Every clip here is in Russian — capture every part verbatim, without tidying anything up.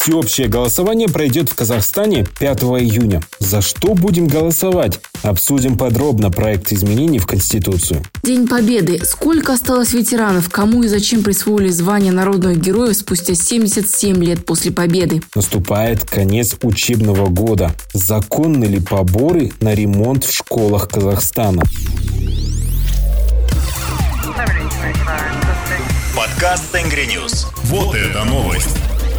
Всеобщее голосование пройдет в Казахстане пятого июня. За что будем голосовать? Обсудим подробно проект изменений в Конституцию. День Победы. Сколько осталось ветеранов? Кому и зачем присвоили звание народных героев спустя семьдесят семь лет после Победы? Наступает конец учебного года. Законны ли поборы на ремонт в школах Казахстана? Подкаст Тенгри Ньюс. Вот это новость.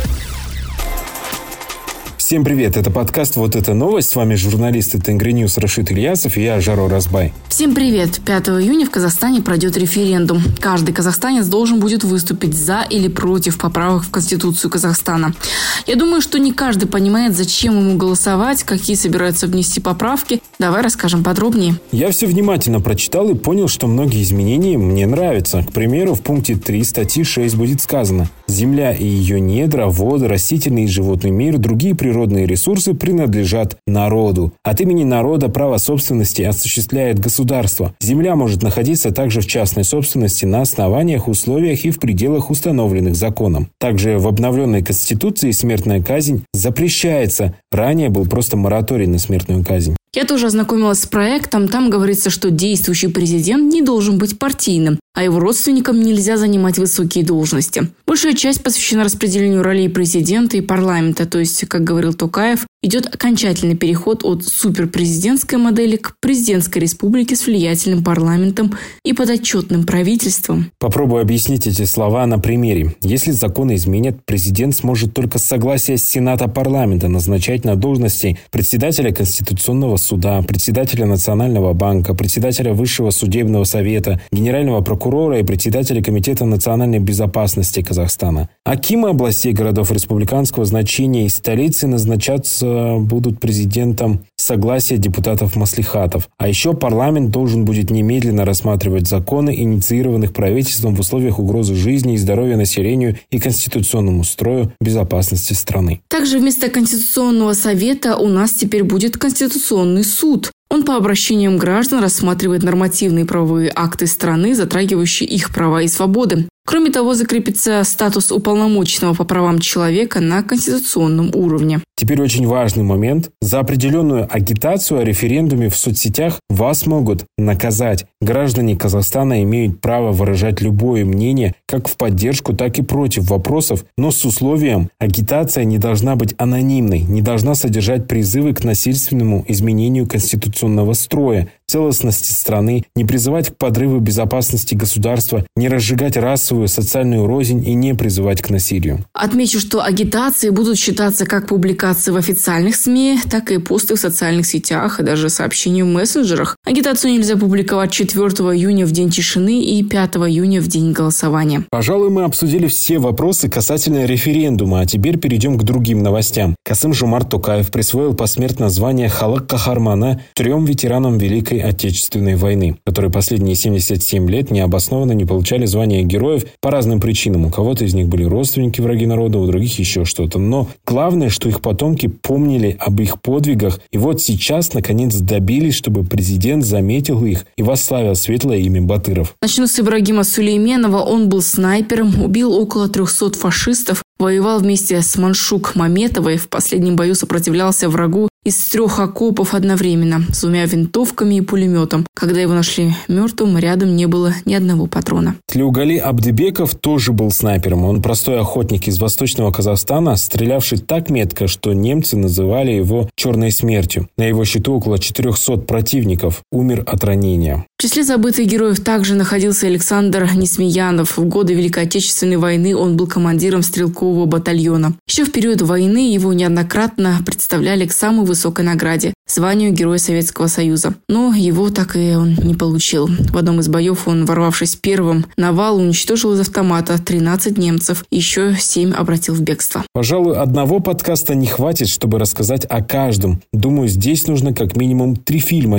Всем привет, это подкаст «Вот это новость». С вами журналисты Тенгри Ньюс Рашид Ильясов и я, Жаро Разбай. Всем привет. пятого июня в Казахстане пройдет референдум. Каждый казахстанец должен будет выступить за или против поправок в Конституцию Казахстана. Я думаю, что не каждый понимает, зачем ему голосовать, какие собираются внести поправки. Давай расскажем подробнее. Я все внимательно прочитал и понял, что многие изменения мне нравятся. К примеру, в пункте три статьи шесть будет сказано: «Земля и ее недра, воды, растительный и животный мир, другие природные ресурсы принадлежат народу. От имени народа право собственности осуществляет государство. Земля может находиться также в частной собственности на основаниях, условиях и в пределах, установленных законом». Также в обновленной Конституции смертная казнь запрещается. Ранее был просто мораторий на смертную казнь. Я тоже ознакомилась с проектом. Там говорится, что действующий президент не должен быть партийным, а его родственникам нельзя занимать высокие должности. Большая часть посвящена распределению ролей президента и парламента, то есть, как говорил Токаев, идет окончательный переход от суперпрезидентской модели к президентской республике с влиятельным парламентом и подотчетным правительством. Попробую объяснить эти слова на примере. Если законы изменят, президент сможет только с согласия Сената парламента назначать на должности председателя Конституционного суда, председателя Национального банка, председателя Высшего судебного совета, генерального прокурора и председателя Комитета национальной безопасности Казахстана. Акимы областей городов республиканского значения и столицы назначаться будут президентом с согласия депутатов-маслихатов. А еще парламент должен будет немедленно рассматривать законы, инициированных правительством в условиях угрозы жизни и здоровья населению и конституционному строю безопасности страны. Также вместо Конституционного совета у нас теперь будет Конституционный суд. Он по обращениям граждан рассматривает нормативные правовые акты страны, затрагивающие их права и свободы. Кроме того, закрепится статус уполномоченного по правам человека на конституционном уровне. Теперь очень важный момент. За определенную агитацию о референдуме в соцсетях вас могут наказать. Граждане Казахстана имеют право выражать любое мнение, как в поддержку, так и против вопросов, но с условием: агитация не должна быть анонимной, не должна содержать призывы к насильственному изменению конституционного строя, целостности страны, не призывать к подрыву безопасности государства, не разжигать расовую, социальную рознь и не призывать к насилию. Отмечу, что агитации будут считаться как публикации в официальных СМИ, так и посты в социальных сетях, и даже сообщения в мессенджерах. Агитацию нельзя публиковать четвёртого июня в день тишины и пятого июня в день голосования. Пожалуй, мы обсудили все вопросы касательно референдума, а теперь перейдем к другим новостям. Касым-Жомарт Токаев присвоил посмертно звание Халық Кахармана трем ветеранам Великой Отечественной войны, которые последние семьдесят семь лет необоснованно не получали звания героев по разным причинам. У кого-то из них были родственники враги народа, у других еще что-то. Но главное, что их потомки помнили об их подвигах. И вот сейчас, наконец, добились, чтобы президент заметил их и восславил светлое имя Батыров. Начну с Ибрагима Сулейменова. Он был снайпером, убил около трехсот фашистов, воевал вместе с Маншук Маметовой, в последнем бою сопротивлялся врагу из трех окопов одновременно, с двумя винтовками и пулеметом. Когда его нашли мертвым, рядом не было ни одного патрона. Тлеугали Абдыбеков тоже был снайпером. Он простой охотник из восточного Казахстана, стрелявший так метко, что немцы называли его «черной смертью». На его счету около четырехсот противников. Умер от ранения. В числе забытых героев также находился Александр Несмеянов. В годы Великой Отечественной войны он был командиром стрелкового батальона. Еще в период войны его неоднократно представляли к самой высокой награде – званию Героя Советского Союза. Но его так и он не получил. В одном из боев он, ворвавшись первым на вал, уничтожил из автомата тринадцать немцев, еще семь обратил в бегство. Пожалуй, одного подкаста не хватит, чтобы рассказать о каждом. Думаю, здесь нужно как минимум три фильма снять.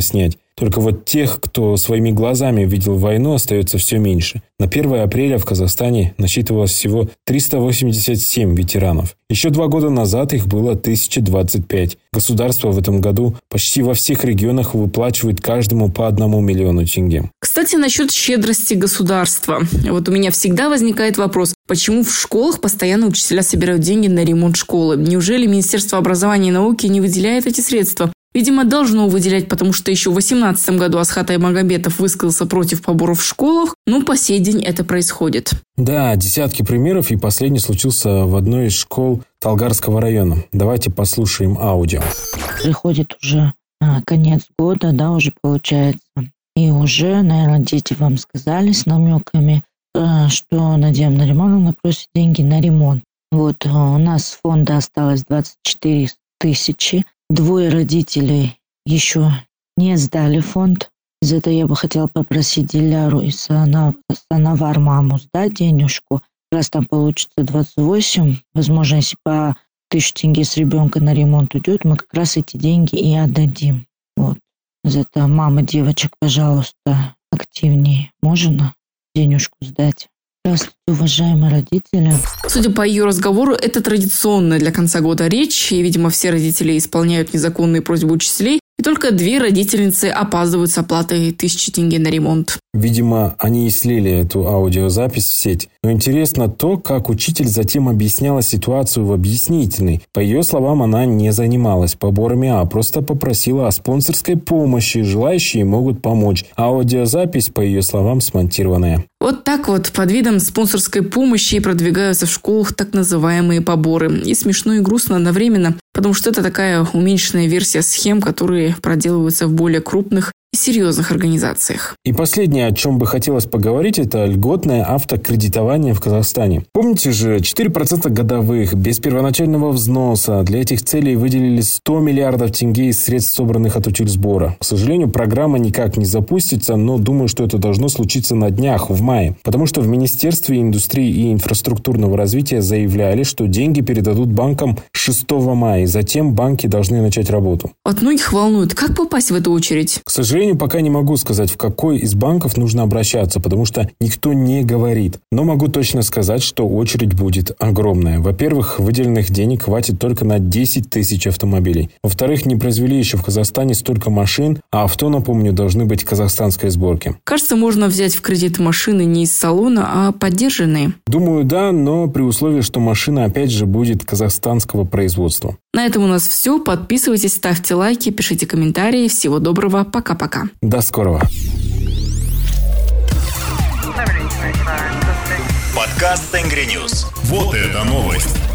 Только вот тех, кто своими глазами видел войну, остается все меньше. На первое апреля в Казахстане насчитывалось всего триста восемьдесят семь ветеранов. Еще два года назад их было тысяча двадцать пять. Государство в этом году почти во всех регионах выплачивает каждому по одному миллиону тенге. Кстати, насчет щедрости государства. Вот у меня всегда возникает вопрос, почему в школах постоянно учителя собирают деньги на ремонт школы? Неужели Министерство образования и науки не выделяет эти средства? Видимо, должно выделять, потому что еще в две тысячи восемнадцатом году Асхат Аймагомедов высказался против поборов в школах, но по сей день это происходит. Да, десятки примеров, и последний случился в одной из школ Талгарского района. Давайте послушаем аудио. Приходит уже а, конец года, да, уже получается. И уже, наверное, дети вам сказали с намеками, а, что Надия Наримановна просит деньги на ремонт. Вот а, у нас с фонда осталось двадцать четыре тысячи. Двое родителей еще не сдали фонд. Из-за этого я бы хотела попросить Диляру и Санавар маму сдать денежку. Как раз там получится двадцать восемь. Возможно, если по тысячу тенге с ребенка на ремонт уйдет, мы как раз эти деньги и отдадим. Вот. Из-за этого мама девочек, пожалуйста, активнее. Можно денежку сдать? Здравствуйте, уважаемые родители. Судя по ее разговору, это традиционная для конца года речь, и, видимо, все родители исполняют незаконные просьбы учителей, и только две родительницы опаздывают с оплатой тысячи тенге на ремонт. Видимо, они и слили эту аудиозапись в сеть. Но интересно то, как учитель затем объясняла ситуацию в объяснительной. По ее словам, она не занималась поборами, а просто попросила о спонсорской помощи. Желающие могут помочь. Аудиозапись, по ее словам, смонтированная. Вот так вот, под видом спонсорской помощи продвигаются в школах так называемые поборы. И смешно, и грустно одновременно, потому что это такая уменьшенная версия схем, которые проделываются в более крупных и серьезных организациях. И последнее, о чем бы хотелось поговорить, это льготное автокредитование в Казахстане. Помните же, четыре процента годовых, без первоначального взноса. Для этих целей выделили сто миллиардов тенге из средств, собранных от Утильсбора. К сожалению, программа никак не запустится, но думаю, что это должно случиться на днях, в мае. Потому что в Министерстве индустрии и инфраструктурного развития заявляли, что деньги передадут банкам шестого мая, и затем банки должны начать работу. От многих волнует, как попасть в эту очередь? К сожалению, пока не могу сказать, в какой из банков нужно обращаться, потому что никто не говорит. Но могу точно сказать, что очередь будет огромная. Во-первых, выделенных денег хватит только на десять тысяч автомобилей. Во-вторых, не произвели еще в Казахстане столько машин, а авто, напомню, должны быть казахстанской сборки. Кажется, можно взять в кредит машины не из салона, а поддержанные. Думаю, да, но при условии, что машина опять же будет казахстанского производства. На этом у нас все. Подписывайтесь, ставьте лайки, пишите комментарии. Всего доброго. Пока-пока. До скорого. Подкаст Тенгри Ньюс. Вот это новость.